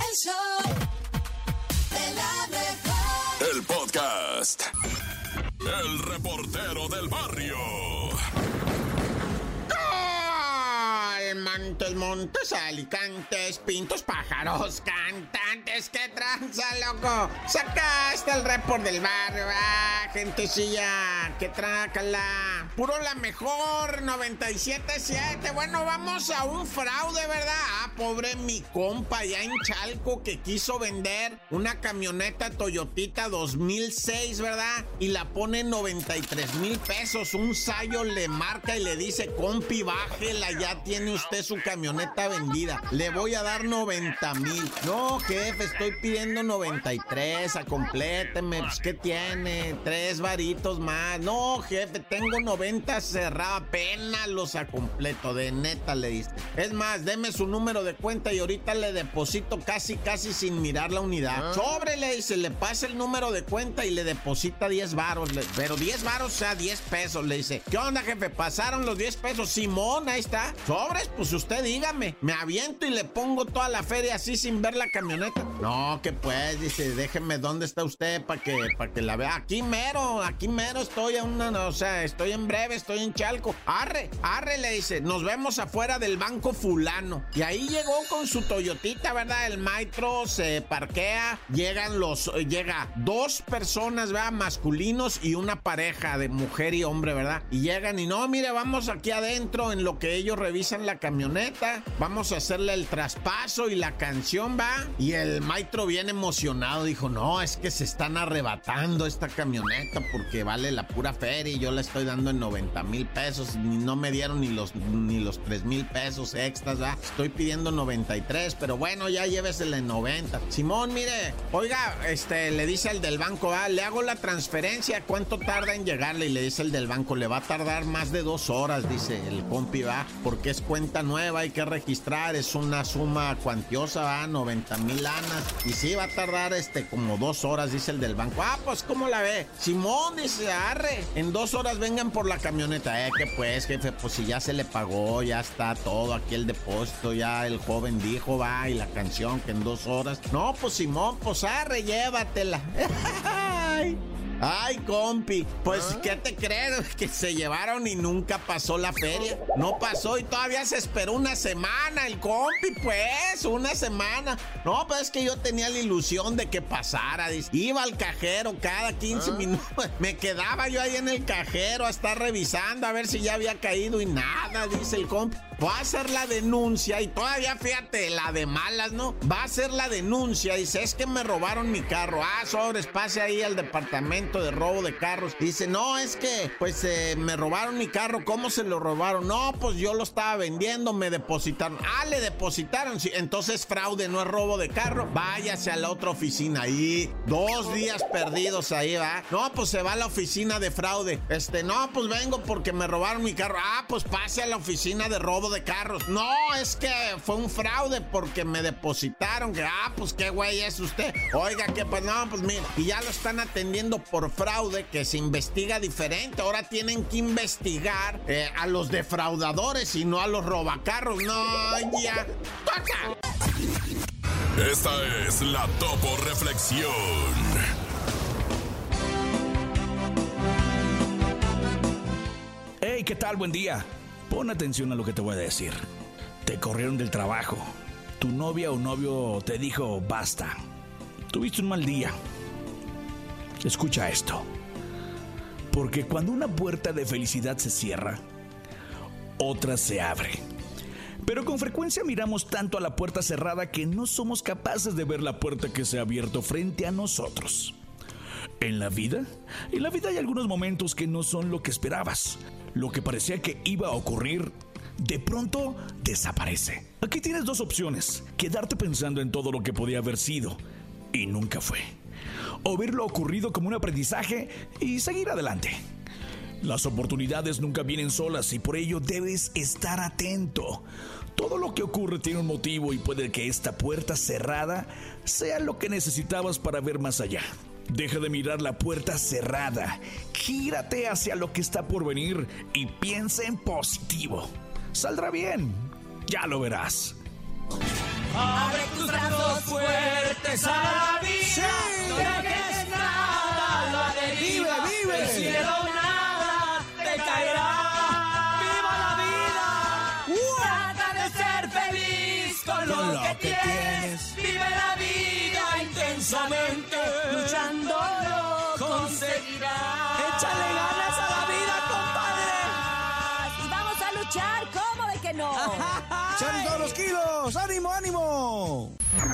El show de la mejor. El podcast. El reportero del barrio. Montes, montes, alicantes, pintos, pájaros, cantantes, qué tranza, loco. Sacaste el report del barrio, gentecilla, que trácala. Puro la mejor, 97.7. Bueno, vamos a un fraude, ¿verdad? Pobre mi compa allá en Chalco que quiso vender una camioneta Toyotita 2006, ¿verdad? Y la pone en 93,000 pesos. Un sayo le marca y le dice, compi, bájela, ya tiene usted su camioneta vendida. Le voy a dar 90,000. No, jefe, estoy pidiendo 93, compléteme. Pues, ¿qué tiene? 3 varitos más. No, jefe, tengo 90 cerrada, apenas los a completo. De neta le diste. Es más, deme su número de cuenta y ahorita le deposito casi sin mirar la unidad. Sobre, le dice, le pasa el número de cuenta y le deposita 10 varos. Pero 10 varos, o sea, 10 pesos. Le dice, ¿qué onda, jefe? ¿Pasaron los 10 pesos? Simón, ahí está. Sobres, pues usted dígame. Me aviento y le pongo toda la feria así sin ver la camioneta. No, que pues, dice, déjeme dónde está usted para que la vea. Aquí mero estoy estoy en breve, estoy en Chalco. Arre, le dice, nos vemos afuera del banco fulano. Y ahí llegó con su Toyotita, ¿verdad? El maestro se parquea, llega 2 personas, ¿verdad? Masculinos y una pareja de mujer y hombre, ¿verdad? Y llegan y no, mire, vamos aquí adentro en lo que ellos revisan la camioneta, vamos a hacerle el traspaso y la canción, ¿va? Y el maestro bien emocionado dijo, no, es que se están arrebatando esta camioneta porque vale la pura feria y yo la estoy dando en 90,000 pesos, no me dieron ni los 3,000 pesos extras, ¿va? Estoy pidiendo 93, pero bueno, ya llévesela en 90. Simón, mire, oiga, le dice el del banco, ¿va? Le hago la transferencia, ¿cuánto tarda en llegarle? Y le dice el del banco, le va a tardar más de 2 horas, dice el compi, ¿va? Porque es cuenta nueva, hay que registrar, es una suma cuantiosa, ¿va? 90,000 lanas. Y sí, va a tardar como 2 horas, dice el del banco. Pues, ¿cómo la ve? Simón, dice, arre, en 2 horas vengan por la camioneta. Que pues, jefe, pues si ya se le pagó, ya está todo aquí el depósito, ya el joven dijo, va, y la canción que en 2 horas. No, pues Simón, pues arre, llévatela. Ay, compi, pues, ¿qué te crees? Que se llevaron y nunca pasó la feria. No pasó y todavía se esperó una semana el compi, pues, una semana. No, pues es que yo tenía la ilusión de que pasara, dice. Iba al cajero cada 15 minutos. Me quedaba yo ahí en el cajero a estar revisando a ver si ya había caído y nada, dice el compi. Va a hacer la denuncia y todavía, fíjate, la de malas, ¿no? Va a hacer la denuncia, dice, es que me robaron mi carro. Sobres, pase ahí al departamento de robo de carros. Dice, no, es que, pues, me robaron mi carro. ¿Cómo se lo robaron? No, pues yo lo estaba vendiendo, me depositaron. Le depositaron. Sí, entonces fraude, no es robo de carro. Váyase a la otra oficina. Ahí, 2 días perdidos ahí, ¿va? No, pues se va a la oficina de fraude. No, pues vengo porque me robaron mi carro. Pues pase a la oficina de robo de carros. No, es que fue un fraude porque me depositaron. Pues qué güey es usted. Oiga, que pues no, pues mira. Y ya lo están atendiendo por fraude, que se investiga diferente. Ahora tienen que investigar a los defraudadores y no a los robacarros. No, ya. ¡Toca! Esta es la Topo Reflexión. Hey, ¿qué tal? Buen día. Pon atención a lo que te voy a decir. Te corrieron del trabajo. Tu novia o novio te dijo basta. Tuviste un mal día. Escucha esto. Porque cuando una puerta de felicidad se cierra, otra se abre. Pero con frecuencia miramos tanto a la puerta cerrada que no somos capaces de ver la puerta que se ha abierto frente a nosotros. En la vida hay algunos momentos que no son lo que esperabas. Lo que parecía que iba a ocurrir, de pronto desaparece. Aquí tienes 2 opciones: quedarte pensando en todo lo que podía haber sido y nunca fue, o ver lo ocurrido como un aprendizaje y seguir adelante. Las oportunidades nunca vienen solas y por ello debes estar atento. Todo lo que ocurre tiene un motivo y puede que esta puerta cerrada sea lo que necesitabas para ver más allá. Deja de mirar la puerta cerrada, gírate hacia lo que está por venir y piensa en positivo. Saldrá bien, ya lo verás. Abre tus brazos fuertes. seguirás. ¡Échale ganas a la vida, compadre! Y vamos a luchar, ¿cómo de que no? ¡Echale todos los kilos! ¡Ánimo, ánimo!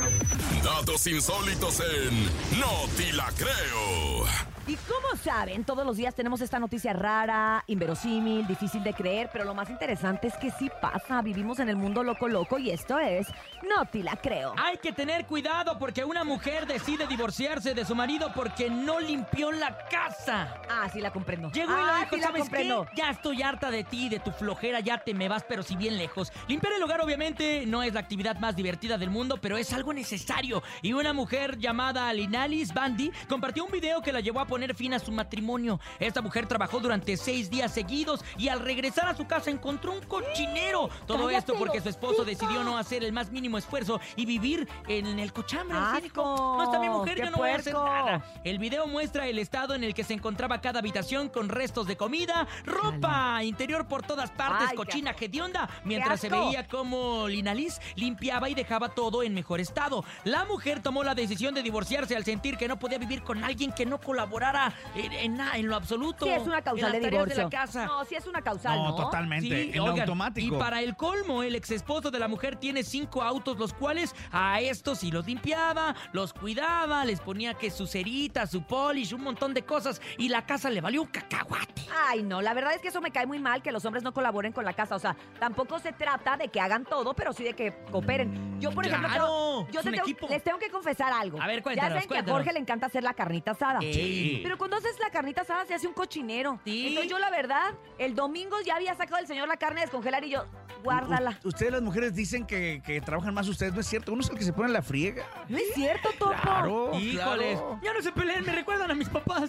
Datos insólitos en No Te La Creo. Y como saben, todos los días tenemos esta noticia rara, inverosímil, difícil de creer, pero lo más interesante es que sí pasa. Vivimos en el mundo loco y esto es No Te La Creo. Hay que tener cuidado porque una mujer decide divorciarse de su marido porque no limpió la casa. Ah, sí la comprendo. Llegó y le dijo, sí la ¿sabes comprendo. qué? Ya estoy harta de ti, de tu flojera, ya te me vas, pero si bien lejos. Limpiar el hogar obviamente no es la actividad más divertida del mundo, pero es algo necesario. Y una mujer llamada Linalis Bandy compartió un video que la llevó a poner fin a su matrimonio. Esta mujer trabajó durante 6 días seguidos y al regresar a su casa encontró un cochinero. Todo ¡Cállate, esto porque su esposo hocico! decidió no hacer el más mínimo esfuerzo y vivir en el cochambre. ¡Asco! Así dijo, no está mi mujer, ¡Qué yo no voy a hacer puerco! nada. El video muestra el estado en el que se encontraba cada habitación con restos de comida, ropa interior por todas partes, Ay, cochina, hedionda, mientras se asco! veía como Linalis limpiaba y dejaba todo en mejor estado. La mujer tomó la decisión de divorciarse al sentir que no podía vivir con alguien que no colaborara en nada, en lo absoluto. Sí es una causal de en las tareas divorcio. de la casa. No, sí es una causal, ¿no? totalmente. En oigan, automático. Y para el colmo, el ex esposo de la mujer tiene 5 autos, los cuales a estos sí los limpiaba, los cuidaba, les ponía que su cerita, su polish, un montón de cosas, y la casa le valió un cacahuate. Ay, no, la verdad es que eso me cae muy mal, que los hombres no colaboren con la casa. O sea, tampoco se trata de que hagan todo, pero sí de que cooperen. Yo, por ejemplo, claro, yo es un equipo. les tengo que confesar algo. A ver, Ya cuéntanos, saben que a cuéntanos. Jorge le encanta hacer la carnita asada. Sí. Pero cuando haces la carnita asada se hace un cochinero. Sí. Entonces yo, la verdad, el domingo ya había sacado el señor la carne a descongelar y yo, guárdala. Ustedes las mujeres dicen que trabajan más ustedes, ¿no es cierto? Uno es el que se pone en la friega. No es cierto, Topo. Híjoles, claro. ya no se peleen, me recuerdan a mis papás.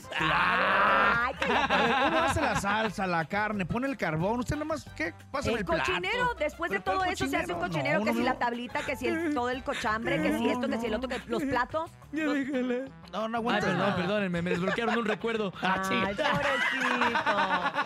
Ay, cállate. Uno hace la salsa, la carne, pone el carbón. Usted nomás, ¿qué? Pásame el plato. Cochinero, después de Pero todo ¿cuál eso se hace un cochinero? cochinero, No, que no, si no. la tablita, que si todo el cochambre, que si esto, que si el otro, que los platos. No, no Ay, aguanta. perdónenme, me desbloquearon un recuerdo. Ay, pobrecito.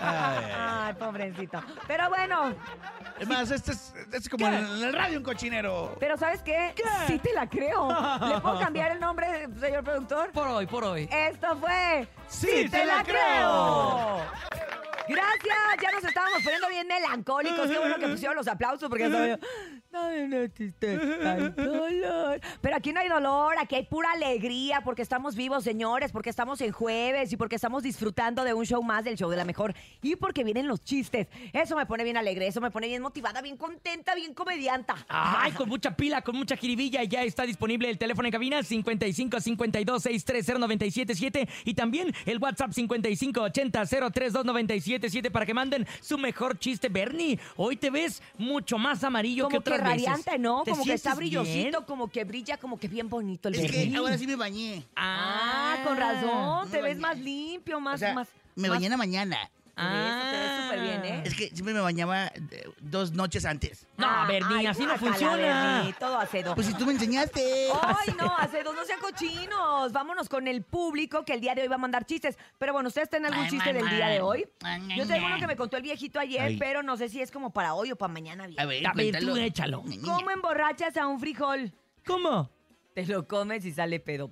Ay, pobrecito. Pero bueno, Es más, este es como en el radio un cochinero. pero ¿sabes qué? Sí te la creo. ¿Le puedo cambiar el nombre, señor productor? Por hoy. Esto fue ¡Sí te la creo! Gracias, ya nos estábamos poniendo bien melancólicos. Qué bueno que pusieron los aplausos porque estaba yo, "Dame una tristeza, hay dolor". Pero aquí no hay dolor, aquí hay pura alegría porque estamos vivos, señores, porque estamos en jueves y porque estamos disfrutando de un show más del show de la mejor y porque vienen los chistes. Eso me pone bien alegre, eso me pone bien motivada, bien contenta, bien comedianta. Ay, con mucha pila, con mucha jiribilla. Ya está disponible el teléfono en cabina 55 52 630 977 y también el WhatsApp 55 80 032 977 para que manden su mejor chiste. Bernie, hoy te ves mucho más amarillo que Como que otras veces. radiante, ¿no? ¿Te Como que está sientes brillosito, bien? como que brilla, como que bien bonito el Es verde. que ahora sí me bañé. Ah, con razón. Te me ves bañé. más limpio, más... O sea, más me más- bañé en la mañana. Eso, te ves súper bien, ¿eh? Es que siempre me bañaba 2 noches antes. No, Bernie, así no guácala, funciona. Bernie, todo acedo. Pues si tú me enseñaste. Ay, no, acedos, no sean cochinos. Vámonos con el público que el día de hoy va a mandar chistes. Pero bueno, ¿ustedes tienen algún Ay, chiste del mamá. día de hoy? Ay, Yo tengo ña. uno que me contó el viejito ayer, Ay. pero no sé si es como para hoy o para mañana bien. A ver, A ver, cuéntalo. tú échalo. ¿Cómo emborrachas a un frijol? ¿Cómo? Te lo comes y sale pedo.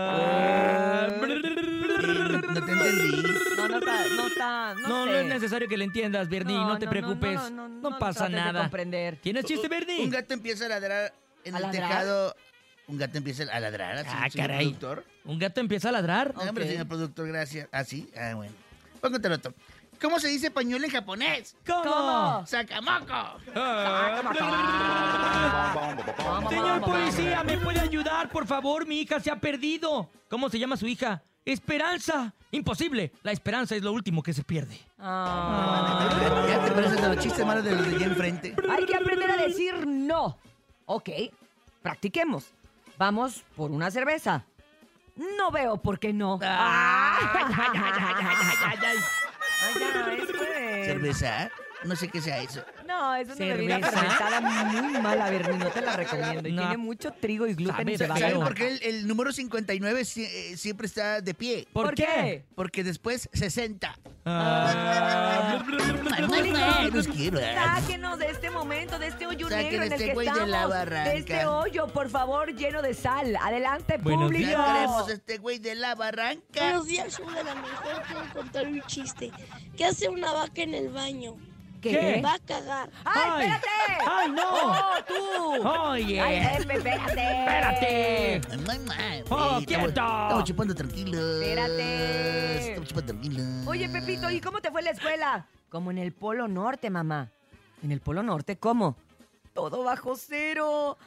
No te entendí. No sé. es necesario que le entiendas, Bernie, no te preocupes. No pasa trates de nada. comprender. ¿Tienes chiste, Bernie? Un gato empieza a ladrar en ¿A el ladrar? tejado. Un gato empieza a ladrar, así, Ah, señor caray. productor. ¿Un gato empieza a ladrar? No, hombre, Ok. señor productor, gracias. ¿Ah, sí? Ah, bueno. Póngate otro. ¿Cómo se dice pañuelo en japonés? ¿Cómo? ¡Sacamoco! Señor policía, ¿me puede ayudar? Por favor, mi hija se ha perdido. ¿Cómo se llama su hija? Esperanza. Imposible. La esperanza es lo último que se pierde. Ah. Ya te pareces a los chistes malos de los de allá enfrente. Hay que aprender a decir no. Ok, practiquemos. Vamos por una cerveza. No veo por qué no. Ay, ya, pues. ¿Cerveza? No sé qué sea eso. No, es una bebida ¿Cerveza? fermentada muy mala, Bernie, no te la recomiendo. Y No. tiene mucho trigo y gluten Sabe y se va a ¿Saben feo. por qué el número 59 siempre está de pie? ¿Por qué? Porque después 60. Ah. Los quiero. Sáquenos de este momento, de este hoyo Saquen negro en el este que güey de estamos. la barranca. De este hoyo, por favor, lleno de sal. Adelante, Buenos público. días. Ya queremos a este güey de la barranca. Buenos días, show de la mejor. Quiero contar un chiste. ¿Qué hace una vaca en el baño? ¿Qué? Va a cagar. ¡Ay, espérate! ¡Ay, no! ¡Oh, tú! Oye. ¡Ay, espérate! ¡Espérate! ¡Oh, quieto! Estamos chupando tranquilos. Espérate. Estamos chupando tranquilos. Oye, Pepito, ¿y cómo te fue en la escuela? Como en el Polo Norte, mamá. ¿En el Polo Norte cómo? Todo bajo cero.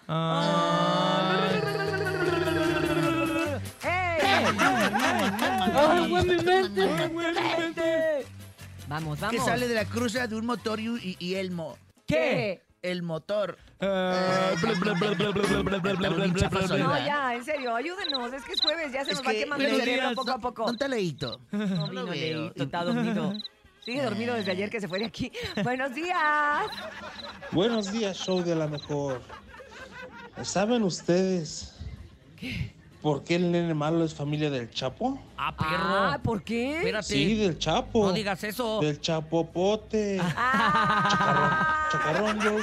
Vamos, vamos. Que sale de la cruza de un motor y Elmo. ¿Qué? El motor. No, ya, en serio, ayúdenos. Es que es jueves, ya se nos va quemando el cerebro poco a poco. ¿Dónde está Leito? No lo vino veo. Leito, está dormido. Sigue dormido desde ayer que se fue de aquí. Buenos días. Buenos días, show de la mejor. ¿Saben ustedes por qué el nene malo es familia del Chapo? ¡Ah, perro! Ah, ¿por qué? Espérate. Sí, del Chapo. No digas eso. Del Chapopote. Ah. Chacarrón, yo.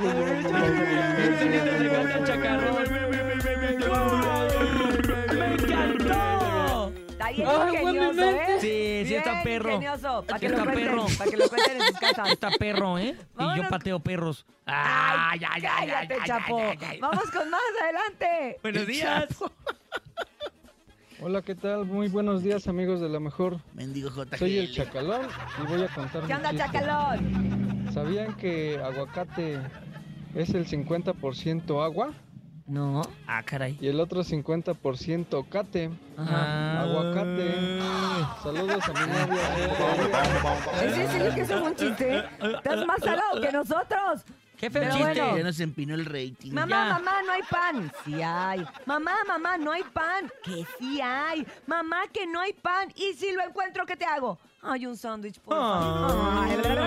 ¡Me encantó! Está bien ingenioso, ¿eh? Sí, sí está Bien perro. ingenioso. Para que Está lo cuenten, perro. para que lo cuenten en sus casas. Está perro, ¿eh? Y yo Vámonos. pateo perros. Ay, cállate, Chapo. Vamos con más, adelante. Buenos días. Hola, ¿qué tal? Muy buenos días, amigos de La Mejor. Mendigo JG. Soy el Chacalón y voy a contar ¿Qué mi onda, chiste. Chacalón? ¿Sabían que aguacate es el 50% agua No. Ah, caray. y el otro 50% cate? Aguacate. Saludos a mi novia. ¿Es en serio que eso es un chiste? ¿Estás más salado que nosotros? ¡Qué feo Pero chiste! bueno. Ya nos empinó el rating. Mamá, Ya. mamá, no hay pan. Sí hay. Mamá, mamá, no hay pan. Que sí hay. Mamá, que no hay pan. Y si lo encuentro, ¿qué te hago? Hay un sándwich, por favor.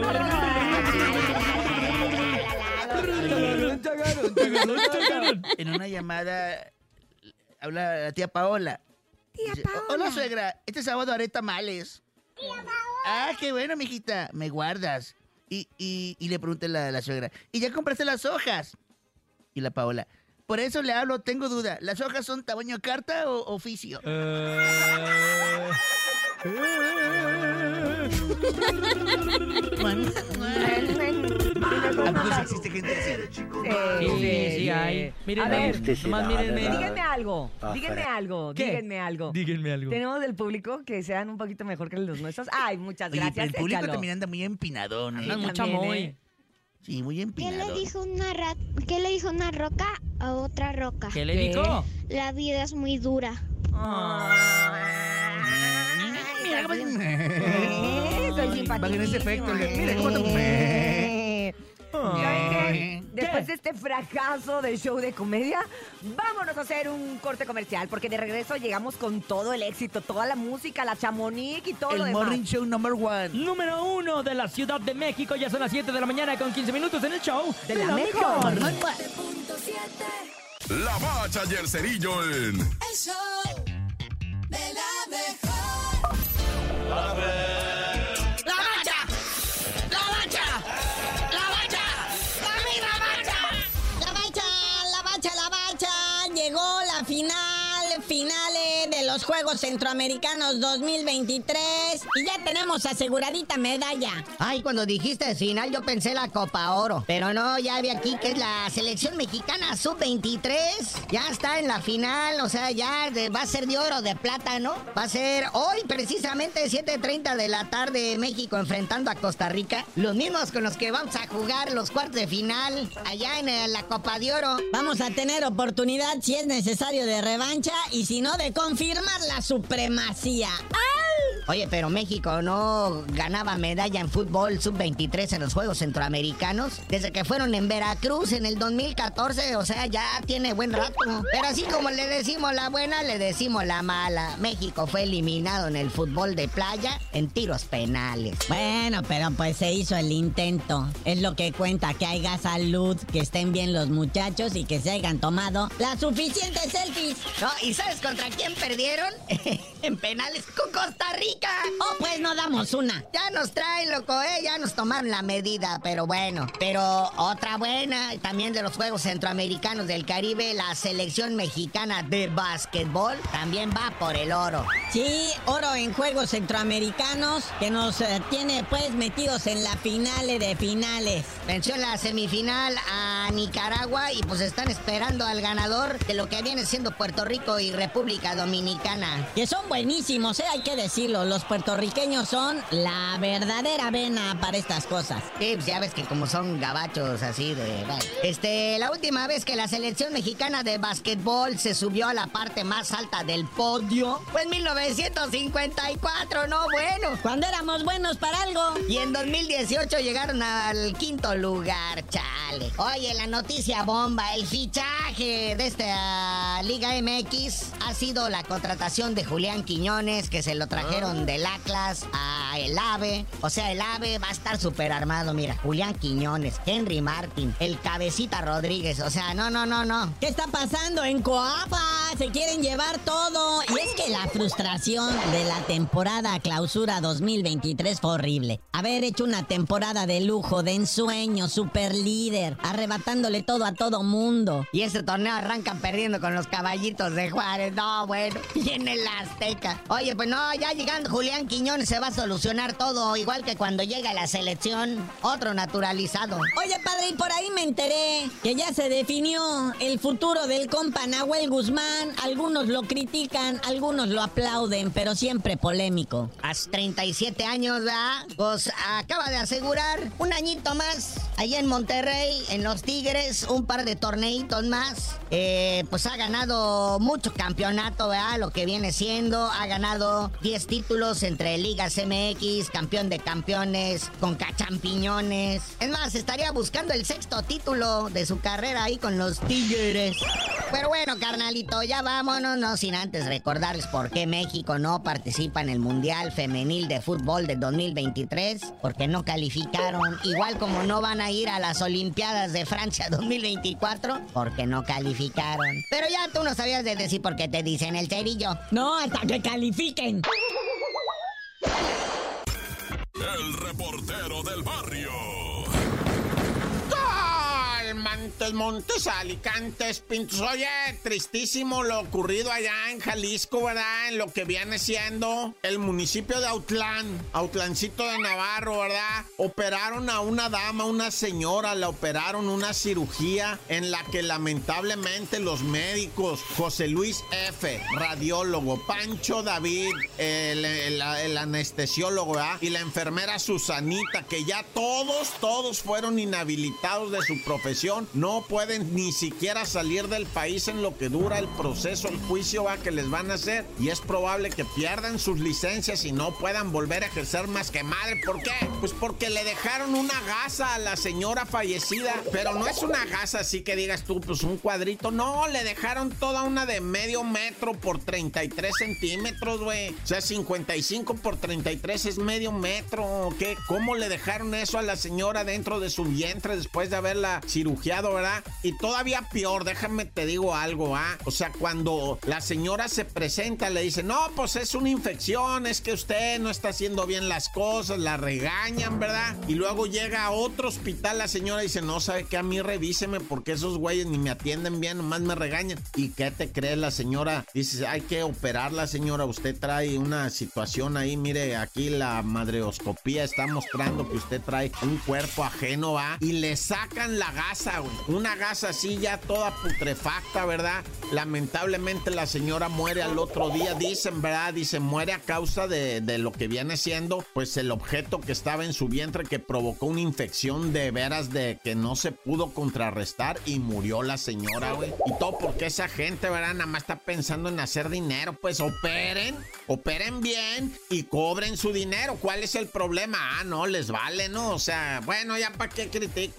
En una llamada habla la tía Paola. Dice, hola, suegra. Este sábado haré tamales. Ah, qué bueno, mijita. Me guardas. Y le pregunté a la suegra, ¿y ya compraste las hojas? Y la Paola, por eso le hablo, tengo duda. ¿Las hojas son tamaño carta o oficio? ¿A poco sí existe gente así? Sí, hay. Miren, A ver, nomás mírenme. díganme algo. Díganme algo. ¿Qué? Díganme algo. Díganme algo. Tenemos del público que sean un poquito mejor que los nuestros. Ay, muchas Oye, gracias. pero el público échalo. también anda muy empinadón, ¿eh? Andan mucha también, muy. ¿eh? Sí, muy ¿Qué empinado. le dijo ¿Qué le dijo una roca a otra roca? ¿Qué le ¿Qué? dijo? La vida es muy dura. Mira cómo Soy simpaticísima. Bajen ese efecto. Mira cómo te... ¿Saben qué? Después de este fracaso del show de comedia, vámonos a hacer un corte comercial, porque de regreso llegamos con todo el éxito, toda la música, la chamonix y todo lo El demás. morning show number one. Número 1 de la Ciudad de México. Ya son las 7 de la mañana con 15 minutos en el show De la mejor. La Bacha y el Cerillo en El show de la mejor. ¡La bacha! ¡La bacha! ¡La bacha! ¡La bacha! La bacha, llegó la finales de los Juegos Centroamericanos 2023 y ya tenemos aseguradita medalla. Ay, cuando dijiste final yo pensé la Copa Oro, pero no, ya vi aquí que es la selección mexicana sub-23, ya está en la final, o sea, ya va a ser de oro, de plata, ¿no? Va a ser hoy precisamente 7:30 de la tarde México enfrentando a Costa Rica, los mismos con los que vamos a jugar los cuartos de final allá en la Copa de Oro. Vamos a tener oportunidad, si es necesario, de revancha y si no, de confirmar la supremacía. ¡Ay! Oye, pero México no ganaba medalla en fútbol sub-23 en los Juegos Centroamericanos desde que fueron en Veracruz en el 2014, o sea, ya tiene buen rato. Pero así como le decimos la buena, le decimos la mala. México fue eliminado en el fútbol de playa en tiros penales. Bueno, pero pues se hizo el intento. Es lo que cuenta, que haya salud, que estén bien los muchachos y que se hayan tomado las suficientes selfies. No, ¿y sabes contra quién perdieron? En penales con Costa Rica. Oh, pues no damos una. Ya nos traen, loco, ya nos tomaron la medida, pero bueno. Pero otra buena, también de los Juegos Centroamericanos del Caribe, la selección mexicana de básquetbol también va por el oro. Sí, oro en Juegos Centroamericanos, que nos tiene pues metidos en la finale de finales. Venció en la semifinal a Nicaragua y pues están esperando al ganador de lo que viene siendo Puerto Rico y República Dominicana. Que son buenísimos, hay que decirlo. Los puertorriqueños son la verdadera vena para estas cosas. Sí, pues ya ves que como son gabachos así de... Bueno. La última vez que la selección mexicana de básquetbol se subió a la parte más alta del podio fue en 1954, ¿no? Bueno. Cuando éramos buenos para algo. Y en 2018 llegaron al quinto lugar, chale. Oye, la noticia bomba, el fichaje de esta Liga MX ha sido la contratación de Julián Quiñones, que se lo trajeron del Atlas a el AVE. O sea, el AVE va a estar súper armado, mira. Julián Quiñones, Henry Martin, el Cabecita Rodríguez, o sea, no. ¿Qué está pasando en Coapa? Se quieren llevar todo. Y es que la frustración de la temporada Clausura 2023 fue horrible. Haber hecho una temporada de lujo, de ensueño, super líder, arrebatándole todo a todo mundo. Y este torneo arrancan perdiendo con los Caballitos de Juárez. No, bueno, viene la Azteca. Oye, pues no, ya llegando Julián Quiñones se va a solucionar todo, igual que cuando llega la selección, otro naturalizado. Oye, padre, y por ahí me enteré que ya se definió el futuro del compa Nahuel Guzmán. Algunos lo critican, algunos lo aplauden, pero siempre polémico. Hace 37 años, ¿verdad? Pues acaba de asegurar un añito más allá en Monterrey, en los Tigres, un par de torneitos más. Pues ha ganado mucho campeonato, ¿verdad? Lo que viene siendo, ha ganado 10 títulos entre Ligas MX, campeón de campeones, con Cachampiñones. Es más, estaría buscando el 6º título de su carrera ahí con los Tigres. Pero bueno, carnalito, ya vámonos, no sin antes recordarles por qué México no participa en el Mundial Femenil de Fútbol de 2023, porque no calificaron, igual como no van a ir a las Olimpiadas de Francia 2024, porque no calificaron. Pero ya tú no sabías de decir por qué te dicen el cerillo. No, hasta que califiquen. El reportero del barrio. Montes, Alicantes, Pintos. Oye, tristísimo lo ocurrido allá en Jalisco, ¿verdad? En lo que viene siendo el municipio de Autlancito de Navarro, ¿verdad? Operaron a una dama, una señora, la operaron una cirugía en la que lamentablemente los médicos, José Luis F., radiólogo, Pancho David, el anestesiólogo, ¿verdad? Y la enfermera Susanita, que ya todos fueron inhabilitados de su profesión. No pueden ni siquiera salir del país en lo que dura el proceso, el juicio que les van a hacer, y es probable que pierdan sus licencias y no puedan volver a ejercer más que madre. ¿Por qué? Pues porque le dejaron una gasa a la señora fallecida, pero no es una gasa así que digas tú, pues un cuadrito, no, le dejaron toda una de medio metro por 33 centímetros, güey. O sea, 55 por 33 es medio metro, ¿qué? ¿Cómo le dejaron eso a la señora dentro de su vientre después de haberla cirugiado, verdad? Y todavía peor, déjame te digo algo, O sea, cuando la señora se presenta, le dice, no, pues es una infección, es que usted no está haciendo bien las cosas, la regañan, ¿verdad? Y luego llega a otro hospital la señora y dice, no, ¿sabe qué? A mí revíseme porque esos güeyes ni me atienden bien, nomás me regañan. ¿Y qué te crees? La señora dice, hay que operarla, señora, usted trae una situación ahí, mire, aquí la madreoscopía está mostrando que usted trae un cuerpo ajeno, Y le sacan la gasa, güey. una gasa así ya toda putrefacta, ¿verdad? Lamentablemente la señora muere al otro día, dicen, ¿verdad? Dicen, muere a causa de lo que viene siendo, pues, el objeto que estaba en su vientre que provocó una infección de veras de que no se pudo contrarrestar y murió la señora, güey. Y todo porque esa gente, ¿verdad? Nada más está pensando en hacer dinero. Pues operen bien y cobren su dinero. ¿Cuál es el problema? Ah, no, les vale, ¿no? O sea, bueno, ya para qué critico.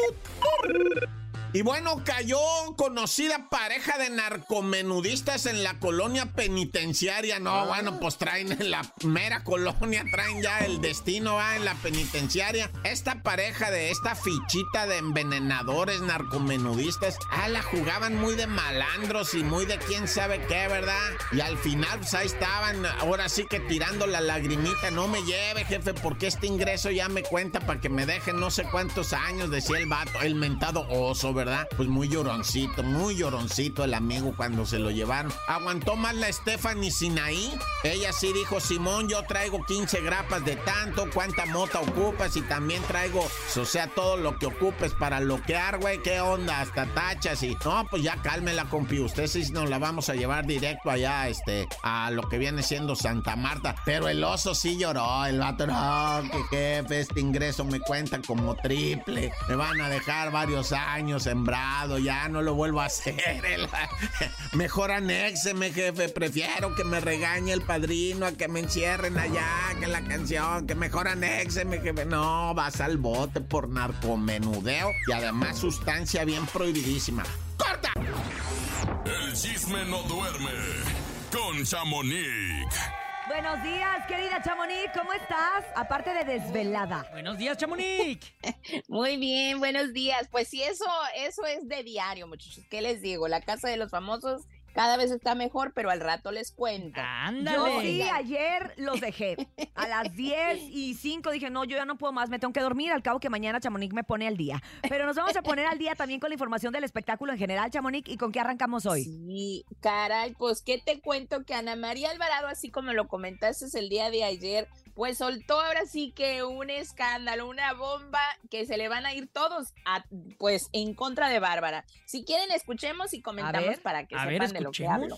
Y bueno, cayó conocida pareja de narcomenudistas en la colonia penitenciaria. No, bueno, pues traen en la mera colonia, traen ya el destino, va, en la penitenciaria. Esta pareja de esta fichita de envenenadores narcomenudistas, la jugaban muy de malandros y muy de quién sabe qué, ¿verdad? Y al final, pues ahí estaban, ahora sí que tirando la lagrimita. No me lleve, jefe, porque este ingreso ya me cuenta para que me dejen no sé cuántos años, decía el vato, el mentado oso, ¿verdad? Pues muy lloroncito el amigo cuando se lo llevaron. Aguantó más la Stephanie Sinaí. Ella sí dijo, Simón, yo traigo 15 grapas de tanto, cuánta mota ocupas y también traigo, o sea, todo lo que ocupes para loquear, güey, qué onda, hasta tachas y... No, pues ya cálmela, compi, usted sí nos la vamos a llevar directo allá, a lo que viene siendo Santa Marta. Pero el oso sí lloró, el vato, no, que jefe, este ingreso me cuenta como triple, me van a dejar varios años sembrado, ya no lo vuelvo a hacer. Mejor anéxeme, jefe, prefiero que me regañe el padrino a que me encierren allá, que la canción, que mejor anéxeme, jefe. No, vas al bote por narcomenudeo y además sustancia bien prohibidísima. ¡Corta! El chisme no duerme con Chamonix. Buenos días, querida Chamonix, ¿cómo estás? Aparte de desvelada. Buenos días, Chamonix. Muy bien, buenos días. Pues sí, eso es de diario, muchachos. ¿Qué les digo? La casa de los famosos cada vez está mejor, pero al rato les cuento. ¡Ándale! Yo sí, ayer los dejé. A las 10:05 dije, no, yo ya no puedo más, me tengo que dormir. Al cabo que mañana Chamonix me pone al día. Pero nos vamos a poner al día también con la información del espectáculo en general, Chamonix. ¿Y con qué arrancamos hoy? Sí, caray, pues qué te cuento que Ana María Alvarado, así como lo comentaste el día de ayer, pues soltó ahora sí que un escándalo, una bomba que se le van a ir todos pues en contra de Bárbara. Si quieren, escuchemos y comentamos para que sepan de lo que hablo.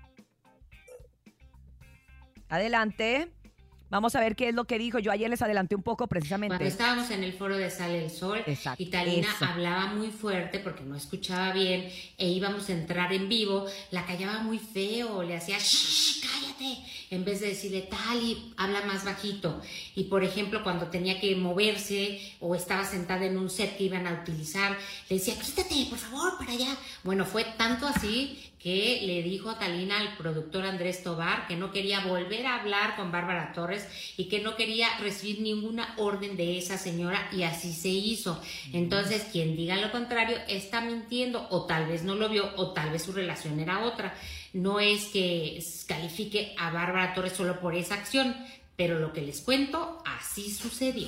Adelante. Vamos a ver qué es lo que dijo. Yo ayer les adelanté un poco precisamente. Cuando estábamos en el foro de Sale el Sol, exacto, y Talina hablaba muy fuerte porque no escuchaba bien e íbamos a entrar en vivo, la callaba muy feo, le hacía ¡shh, cállate! En vez de decirle Tali, habla más bajito. Y por ejemplo, cuando tenía que moverse o estaba sentada en un set que iban a utilizar, le decía, quítate, por favor, para allá. Bueno, fue tanto así que le dijo a Talina al productor Andrés Tobar que no quería volver a hablar con Bárbara Torres y que no quería recibir ninguna orden de esa señora, y así se hizo. Entonces, quien diga lo contrario está mintiendo, o tal vez no lo vio, o tal vez su relación era otra. No es que califique a Bárbara Torres solo por esa acción, pero lo que les cuento, así sucedió.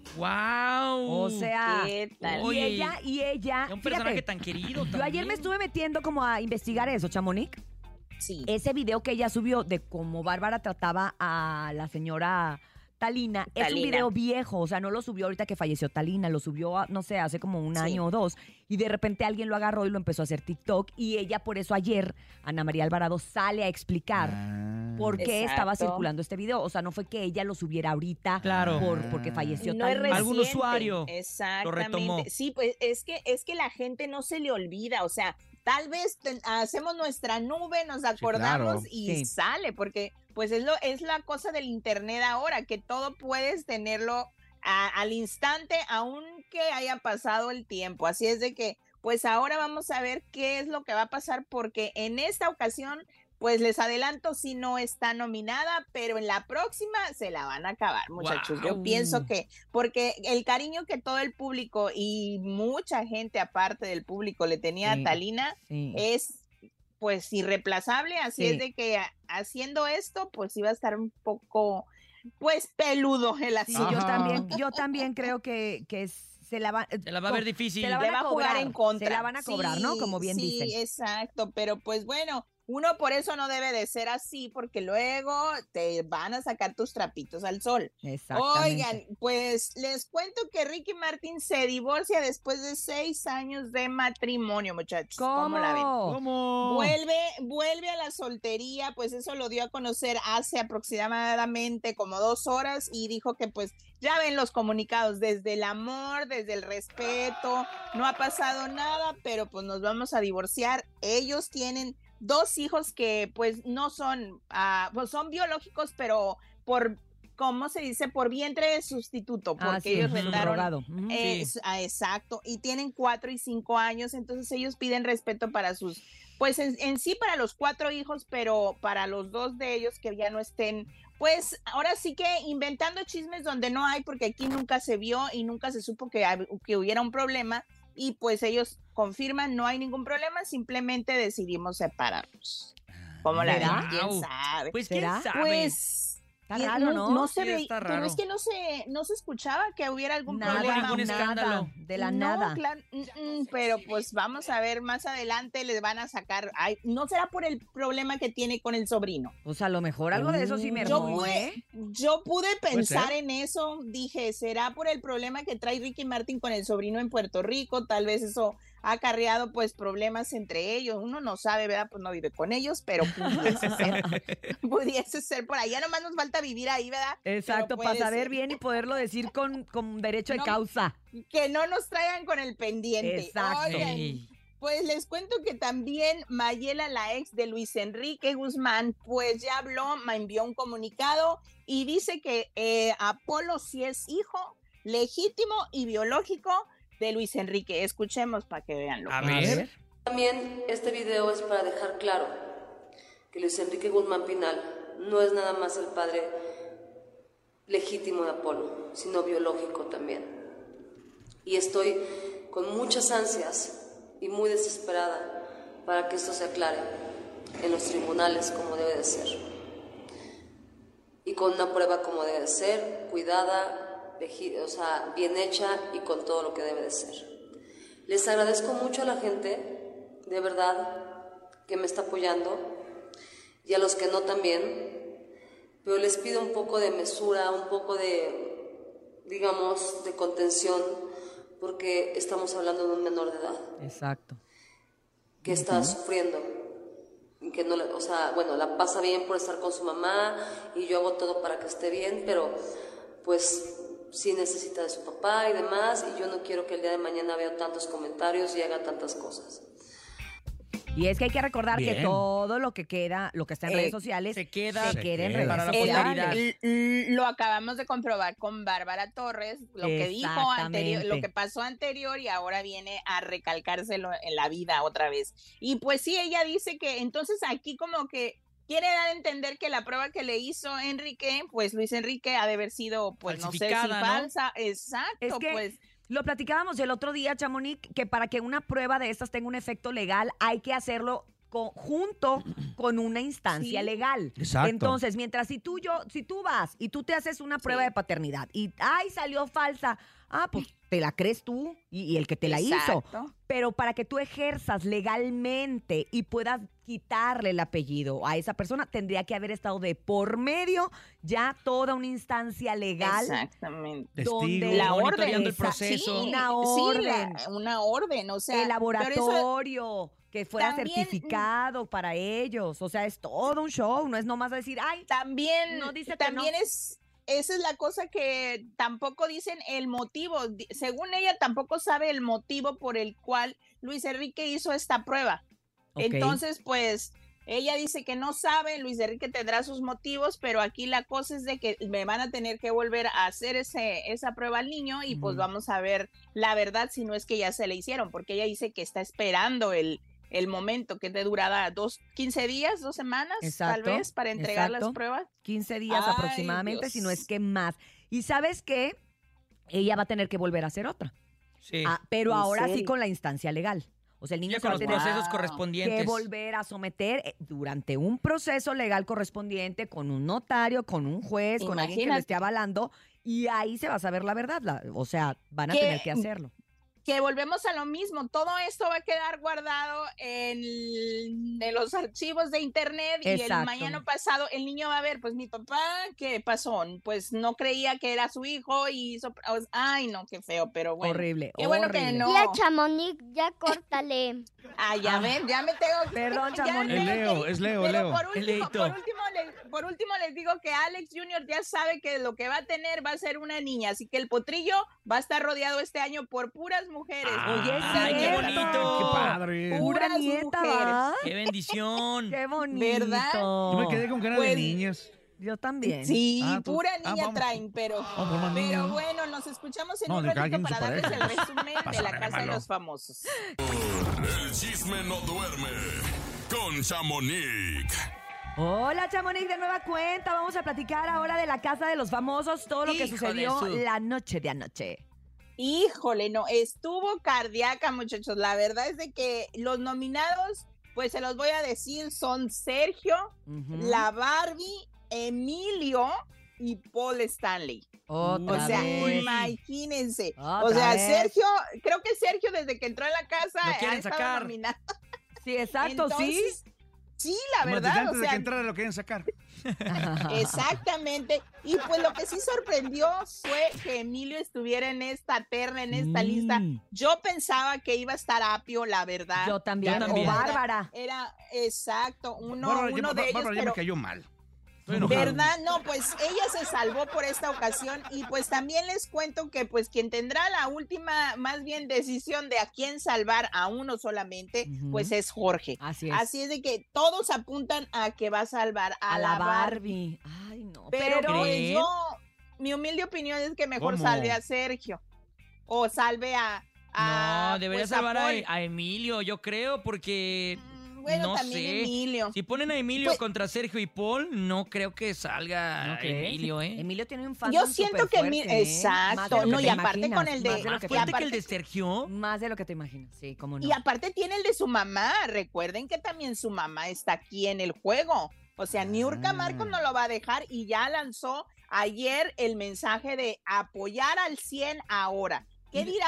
¡Wow! O sea, ¿qué tal? y ella, un personaje fíjate, tan querido yo también. ayer me estuve metiendo como a investigar eso, Chamonix. Sí. Ese video que ella subió de cómo Bárbara trataba a la señora Talina es un video viejo, o sea, no lo subió ahorita que falleció Talina, lo subió, no sé, hace como un año o dos, y de repente alguien lo agarró y lo empezó a hacer TikTok, y ella por eso ayer, Ana María Alvarado, sale a explicar por qué estaba circulando este video. O sea, no fue que ella lo subiera ahorita porque falleció no Talina. Algún usuario exactamente. lo retomó. Sí, pues es que la gente no se le olvida, o sea, tal vez hacemos nuestra nube, nos acordamos y sale, porque pues es la cosa del internet ahora, que todo puedes tenerlo al instante, aunque haya pasado el tiempo. Así es de que, pues ahora vamos a ver qué es lo que va a pasar, porque en esta ocasión, pues les adelanto, si no está nominada, pero en la próxima se la van a acabar, muchachos. Wow. Yo pienso que, porque el cariño que todo el público y mucha gente aparte del público le tenía a Talina es pues irreemplazable, así es de que haciendo esto, pues iba a estar un poco, pues peludo el asunto. Sí, yo también creo que se la va a ver difícil. Se la van a jugar en contra. Se la van a cobrar, ¿no? Como bien dicen. Sí, exacto, pero pues bueno, uno por eso no debe de ser así, porque luego te van a sacar tus trapitos al sol. Exactamente. Oigan, pues les cuento que Ricky Martin se divorcia después de 6 años de matrimonio, muchachos. ¿Cómo la ven? ¿Cómo? Vuelve a la soltería, pues eso lo dio a conocer hace aproximadamente como 2 horas y dijo que pues ya ven los comunicados, desde el amor, desde el respeto, no ha pasado nada, pero pues nos vamos a divorciar. Ellos tienen 2 hijos que pues no son, pues son biológicos, pero por, ¿cómo se dice? Por vientre sustituto, porque sí, ellos rentaron. subrogado. Exacto, y tienen 4 y 5 años, entonces ellos piden respeto para sus, pues en sí para los 4 hijos, pero para los 2 de ellos que ya no estén, pues ahora sí que inventando chismes donde no hay, porque aquí nunca se vio y nunca se supo que hubiera un problema. Y pues ellos confirman, no hay ningún problema, simplemente decidimos separarnos. ¿Cómo la ven? ¿Quién sabe? Pues quién sabe. Pues está raro, ¿no? No se Sí, ve, está pero raro. es que no se escuchaba que hubiera algún Nada, problema. ningún escándalo. De la No, nada. claro, pero pues vamos a ver más adelante les van a sacar. Ay, no será por el problema que tiene con el sobrino. Pues a lo mejor algo de eso sí me Yo armó, ¿eh? pude pensar ser. en eso, dije, ¿será por el problema que trae Ricky Martin con el sobrino en Puerto Rico? Tal vez eso ha acarreado pues problemas entre ellos, uno no sabe, ¿verdad? Pues no vive con ellos, pero pudiese ser por allá, nomás nos falta vivir ahí, ¿verdad? Exacto, Pero para puede saber ser. bien y poderlo decir con derecho de No, causa. Que no nos traigan con el pendiente. Exacto. Oigan, Ey. pues les cuento que también Mayela, la ex de Luis Enrique Guzmán, pues ya habló, me envió un comunicado y dice que Apolo sí es hijo legítimo y biológico de Luis Enrique. Escuchemos para que veanlo. A ver. También este video es para dejar claro que Luis Enrique Guzmán Pinal no es nada más el padre legítimo de Apolo, sino biológico también. Y estoy con muchas ansias y muy desesperada para que esto se aclare en los tribunales como debe de ser. Y con una prueba como debe de ser, cuidada, o sea, bien hecha y con todo lo que debe de ser. Les agradezco mucho a la gente, de verdad, que me está apoyando y a los que no también, pero les pido un poco de mesura, un poco de, digamos, de contención, porque estamos hablando de un menor de edad. Exacto. Que está sufriendo, y que no, o sea, bueno, la pasa bien por estar con su mamá y yo hago todo para que esté bien, pero pues sí necesita de su papá y demás, y yo no quiero que el día de mañana vea tantos comentarios y haga tantas cosas. Y es que hay que recordar que Bien. todo lo que queda, lo que está en redes sociales, se queda en redes para la sociales. posteridad. Lo acabamos de comprobar con Bárbara Torres, lo que dijo anterior, Exactamente. lo que pasó anterior y ahora viene a recalcárselo en la vida otra vez. Y pues sí, ella dice que entonces aquí como que quiere dar a entender que la prueba que le hizo Enrique, pues Luis Enrique ha de haber sido, pues no sé si Falsificada, ¿no? falsa. Exacto, Es que pues. lo platicábamos el otro día, Chamonix, que para que una prueba de estas tenga un efecto legal hay que hacerlo junto con una instancia Sí. legal. Exacto. Entonces, mientras si tú vas y tú te haces una prueba de paternidad y ay, salió falsa, pues te la crees tú y el que te la hizo. Exacto. Pero para que tú ejerzas legalmente y puedas quitarle el apellido a esa persona, tendría que haber estado de por medio ya toda una instancia legal. Exactamente. Donde La orden. monitoreando el proceso. Sí, Una sí, orden. una orden, o sea. El laboratorio que fuera también- certificado para ellos. O sea, es todo un show, no es nomás decir, ay, También, no dice que también no. esa es la cosa que tampoco dicen el motivo. Según ella, tampoco sabe el motivo por el cual Luis Enrique hizo esta prueba. Ok. Entonces, pues, ella dice que no sabe, Luis Enrique tendrá sus motivos, pero aquí la cosa es de que me van a tener que volver a hacer esa prueba al niño y pues Ujú. vamos a ver la verdad si no es que ya se le hicieron, porque ella dice que está esperando el momento que es de durada 15 días, 2 semanas, Exacto, tal vez, para entregar las exacto. pruebas. 15 días Ay, aproximadamente, si no Dios. es que más. ¿Y sabes qué? Ella va a tener que volver a hacer otra. Sí. Pero ¿En ahora sí serio? con la instancia legal. O sea, el niño Ya se con va a los tener procesos Wow. correspondientes. que volver a someter durante un proceso legal correspondiente con un notario, con un juez, con alguien que lo Imagínate. esté avalando y ahí se va a saber la verdad. O sea, van a ¿Qué? tener que hacerlo. que volvemos a lo mismo, todo esto va a quedar guardado en los archivos de internet y el mañana pasado el niño va a ver, pues mi papá, ¿qué pasó? Pues no creía que era su hijo y hizo, ay no, qué feo, pero bueno. Horrible, qué bueno horrible. que no. Ya, Chamonix, ya córtale. Ya ven, ya me tengo que... Perdón, Chamonix. Es Leo. Por último les digo que Alex Jr. ya sabe que lo que va a tener va a ser una niña, así que el potrillo va a estar rodeado este año por puras mujeres. Oye, ¡Ay, qué bonito! ¡Qué padre! Pura nieta, ¿va? ¡Qué bendición! ¡Qué bonito! ¿Verdad? Yo me quedé con ganas de niñas. Yo también. Sí, pura niña traen, pero niña. bueno, nos escuchamos en un ratito para darles el resumen de la Casa de los Famosos. El chisme no duerme con Chamonix. Hola, Chamonix, de nueva cuenta. Vamos a platicar ahora de la Casa de los Famosos, todo lo que sucedió la noche de anoche. Híjole, no, estuvo cardíaca, muchachos. La verdad es de que los nominados, pues se los voy a decir, son Sergio, la Barbie, Emilio y Paul Stanley. O sea, imagínense. O sea, Sergio, creo que Sergio desde que entró en la casa lo quieren ha estado sacar. nominado. Sí, exacto, Entonces, sí, la verdad. Desde antes o de sea, que entrara lo quieren sacar. Exactamente. Y pues lo que sí sorprendió fue que Emilio estuviera en esta terna, en esta lista. Yo pensaba que iba a estar Apio, la verdad. Yo también. O Bárbara. Era exacto, uno de ellos. Bárbara ya me cayó mal. ¿Verdad? No, pues ella se salvó por esta ocasión y pues también les cuento que pues quien tendrá la última, más bien decisión de a quién salvar a uno solamente, pues es Jorge. Así es de que todos apuntan a que va a salvar a la Barbie. Ay, no. Pero pues mi humilde opinión es que mejor salve a Sergio o salve no, debería pues, salvar a Emilio, yo creo, porque... Bueno, no también sé. Emilio. Si ponen a Emilio contra Sergio y Paul, no creo que salga Emilio, ¿eh? Emilio tiene un fandom. Yo siento que Emilio, exacto. No, y aparte con el de... ¿Más fuerte que el de Sergio? Más de lo que te imaginas, sí, cómo no. Y aparte tiene el de su mamá. Recuerden que también su mamá está aquí en el juego. O sea, Niurka Marcos no lo va a dejar y ya lanzó ayer el mensaje de apoyar al 100 ahora. ¿Qué dirá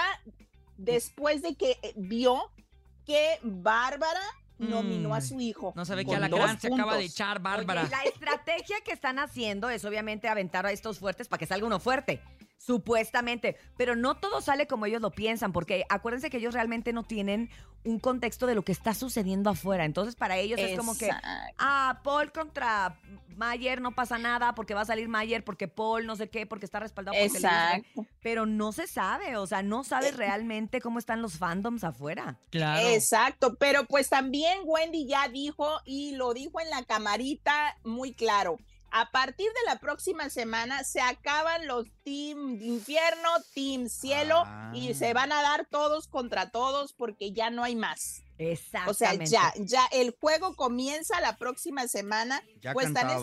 después de que vio que Bárbara nominó a su hijo? No sabe que Alacrán se acaba de echar Bárbara. Oye, la estrategia que están haciendo es obviamente aventar a estos fuertes para que salga uno fuerte. Supuestamente, pero no todo sale como ellos lo piensan, porque acuérdense que ellos realmente no tienen un contexto de lo que está sucediendo afuera. Entonces, para ellos es como que, Paul contra Mayer no pasa nada, porque va a salir Mayer, porque Paul no sé qué, porque está respaldado por televisión. Pero no se sabe, o sea, no sabes realmente cómo están los fandoms afuera. Claro. Exacto, pero pues también Wendy ya dijo, y lo dijo en la camarita muy claro. A partir de la próxima semana se acaban los Team Infierno, Team Cielo y se van a dar todos contra todos porque ya no hay más. Exactamente. O sea, ya el juego comienza la próxima semana. Ya pues cantado.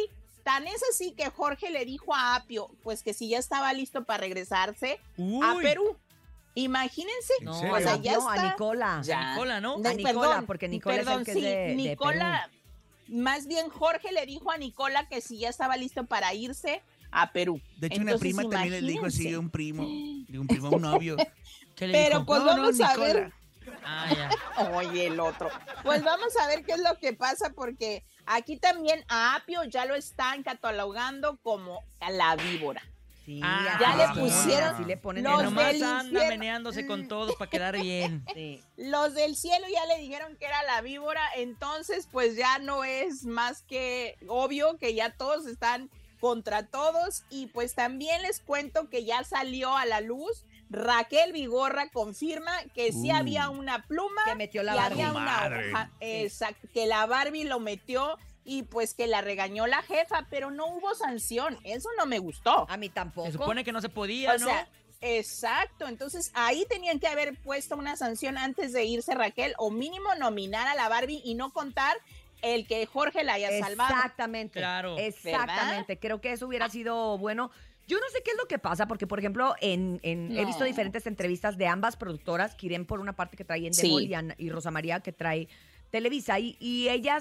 tan es así que Jorge le dijo a Apio, pues que si ya estaba listo para regresarse a Perú. Imagínense. No, o sea, ya está. a Nicola. Ya. A Nicola, ¿no? A Nicola, porque Nicola es el que es de Nicola. Perú. Más bien Jorge le dijo a Nicola que si ya estaba listo para irse a Perú. De hecho, Entonces, una prima también le dijo así a un primo, a un novio. ¿Qué le Pero dijo? pues vamos a ver. Ya. Oye, el otro. Pues vamos a ver qué es lo que pasa, porque aquí también a Apio ya lo están catalogando como a la víbora. Sí, ya le pusieron. Sí le ponen los Que nomás del anda infierno. meneándose con todos para quedar bien. Sí. Los del cielo ya le dijeron que era la víbora, entonces pues ya no es más que obvio que ya todos están contra todos. Y pues también les cuento que ya salió a la luz, Raquel Vigorra confirma que sí había una pluma, que metió la y Barbie. había una hoja, exacto, que la Barbie lo metió y pues que la regañó la jefa, pero no hubo sanción. Eso no me gustó. A mí tampoco. Se supone que no se podía, O ¿no? sea, exacto. Entonces ahí tenían que haber puesto una sanción antes de irse Raquel, o mínimo nominar a la Barbie y no contar el que Jorge la haya salvado. Exactamente. Claro. Exactamente. ¿Verdad? Creo que eso hubiera sido bueno. Yo no sé qué es lo que pasa, porque, por ejemplo, he visto diferentes entrevistas de ambas productoras, Kiren por una parte que trae Endemol y Rosa María que trae Televisa, y ellas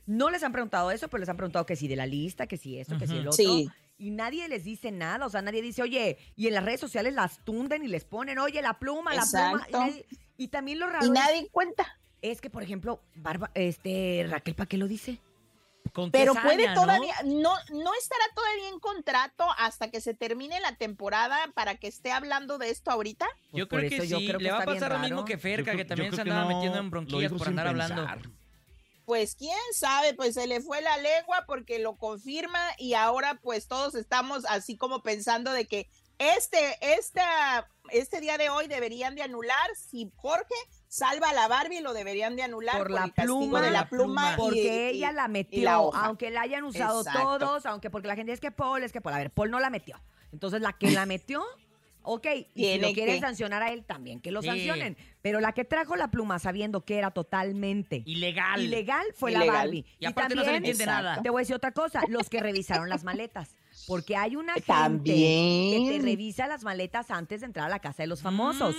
no les han preguntado eso, pero les han preguntado que si de la lista, que si esto, que si el otro. Sí. Y nadie les dice nada, o sea, nadie dice, oye, y en las redes sociales las tunden y les ponen, oye, la pluma, Exacto. la pluma. Y también lo raro Y nadie cuenta. es que, por ejemplo, Raquel, ¿para qué lo dice? Pero saña, puede ¿no? todavía, no estará todavía en contrato hasta que se termine la temporada para que esté hablando de esto ahorita. Yo Por creo que eso yo sí, creo que le va a está bien pasar lo mismo raro. que Ferca, que también Yo se creo andaba que metiendo en lo bronquillas dijo por sin andar pensar. hablando. Pues quién sabe, pues se le fue la lengua porque lo confirma y ahora pues todos estamos así como pensando de que este día de hoy deberían de anular. Si Jorge salva a la Barbie, lo deberían de anular Por la el castigo pluma, de la pluma. porque y ella la y metió, la hoja. aunque la hayan usado Exacto. todos, aunque porque la gente es que Paul, a ver, Paul no la metió. Entonces la que la metió, ok, y si Tiene lo quieren que- sancionar a él también, que lo Sí. sancionen. Pero la que trajo la pluma sabiendo que era totalmente Ilegal. fue la Ilegal. Barbie. Y aparte no se le entiende Exacto. nada. Te voy a decir otra cosa, los que revisaron las maletas. Porque hay una gente También. que te revisa las maletas antes de entrar a la casa de los famosos.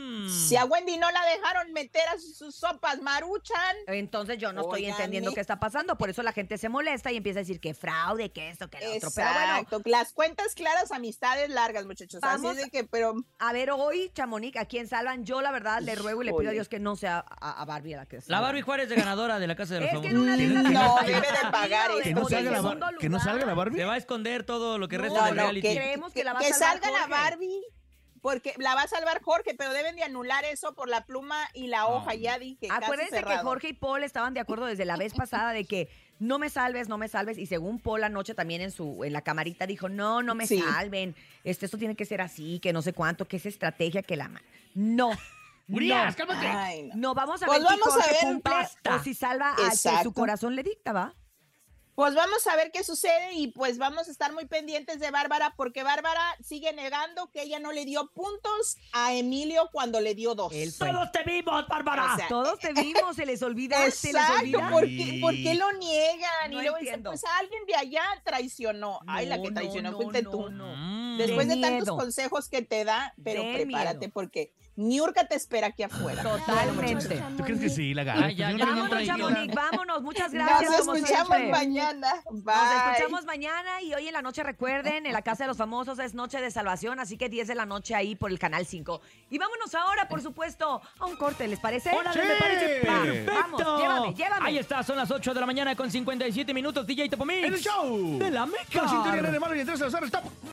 Si a Wendy no la dejaron meter a sus sopas Maruchan. Entonces yo no estoy Óigame. entendiendo qué está pasando. Por eso la gente se molesta y empieza a decir que fraude, que esto, que lo otro. Pero bueno, Exacto. Las cuentas claras, amistades largas, muchachos. Vamos Así es de que, pero a ver hoy, Chamonix, ¿a quién salvan? Yo la verdad le ruego y le pido a Híjole. Dios que no sea a Barbie a la que La salvan. Barbie Juárez de ganadora de la Casa de los Es que Famosos. en una de esas no está debe de bien, pagar o esto. Que no de salga la, segundo que no salga la Barbie. Se va a esconder todo lo que resta No, del no, reality. creemos que la va a que salvar salga la Jorge. Barbie, porque la va a salvar Jorge, pero deben de anular eso por la pluma y la hoja, ya dije. caso Acuérdense que cerrado. Jorge y Paul estaban de acuerdo desde la vez pasada de que no me salves, y según Paul anoche también en la camarita dijo, no me Sí. salven, esto tiene que ser así, que no sé cuánto, que es estrategia, que no. Urias, no. cálmate. Ay, no. No, vamos a Pues ver si vamos a Jorge ver, cumple basta. o si salva al que Exacto. su corazón le dicta, ¿va? Pues vamos a ver qué sucede y pues vamos a estar muy pendientes de Bárbara, porque Bárbara sigue negando que ella no le dio puntos a Emilio cuando le dio 2. Él fue. ¡Todos te vimos, Bárbara! O sea, Todos te vimos, se les olvida, se les Exacto, olvida. ¿por qué lo niegan? No y luego dicen, entiendo. pues alguien de allá traicionó. Ay, la que traicionó fuiste tú. Mm. Después de tantos miedo. consejos que te da, pero De prepárate miedo. porque Niurka te espera aquí afuera. Totalmente. ¿Tú crees que sí, la gana? Ay, ya, Pues ya, yo no Vámonos, traigo. Chamonix, vámonos. Muchas Nos gracias. como escuchamos siempre. mañana. Bye. Nos escuchamos mañana y hoy en la noche, recuerden, en la Casa de los Famosos es Noche de Salvación, así que 10 de la noche ahí por el Canal 5. Y vámonos ahora, por supuesto, a un corte, ¿les parece? ¡Órale, me parece perfecto! Vamos, llévame. Ahí está, son las 8 de la mañana con 57 minutos. DJ Topomix. ¡En el show! De la Con Meca. sintonía de malo y entonces los top.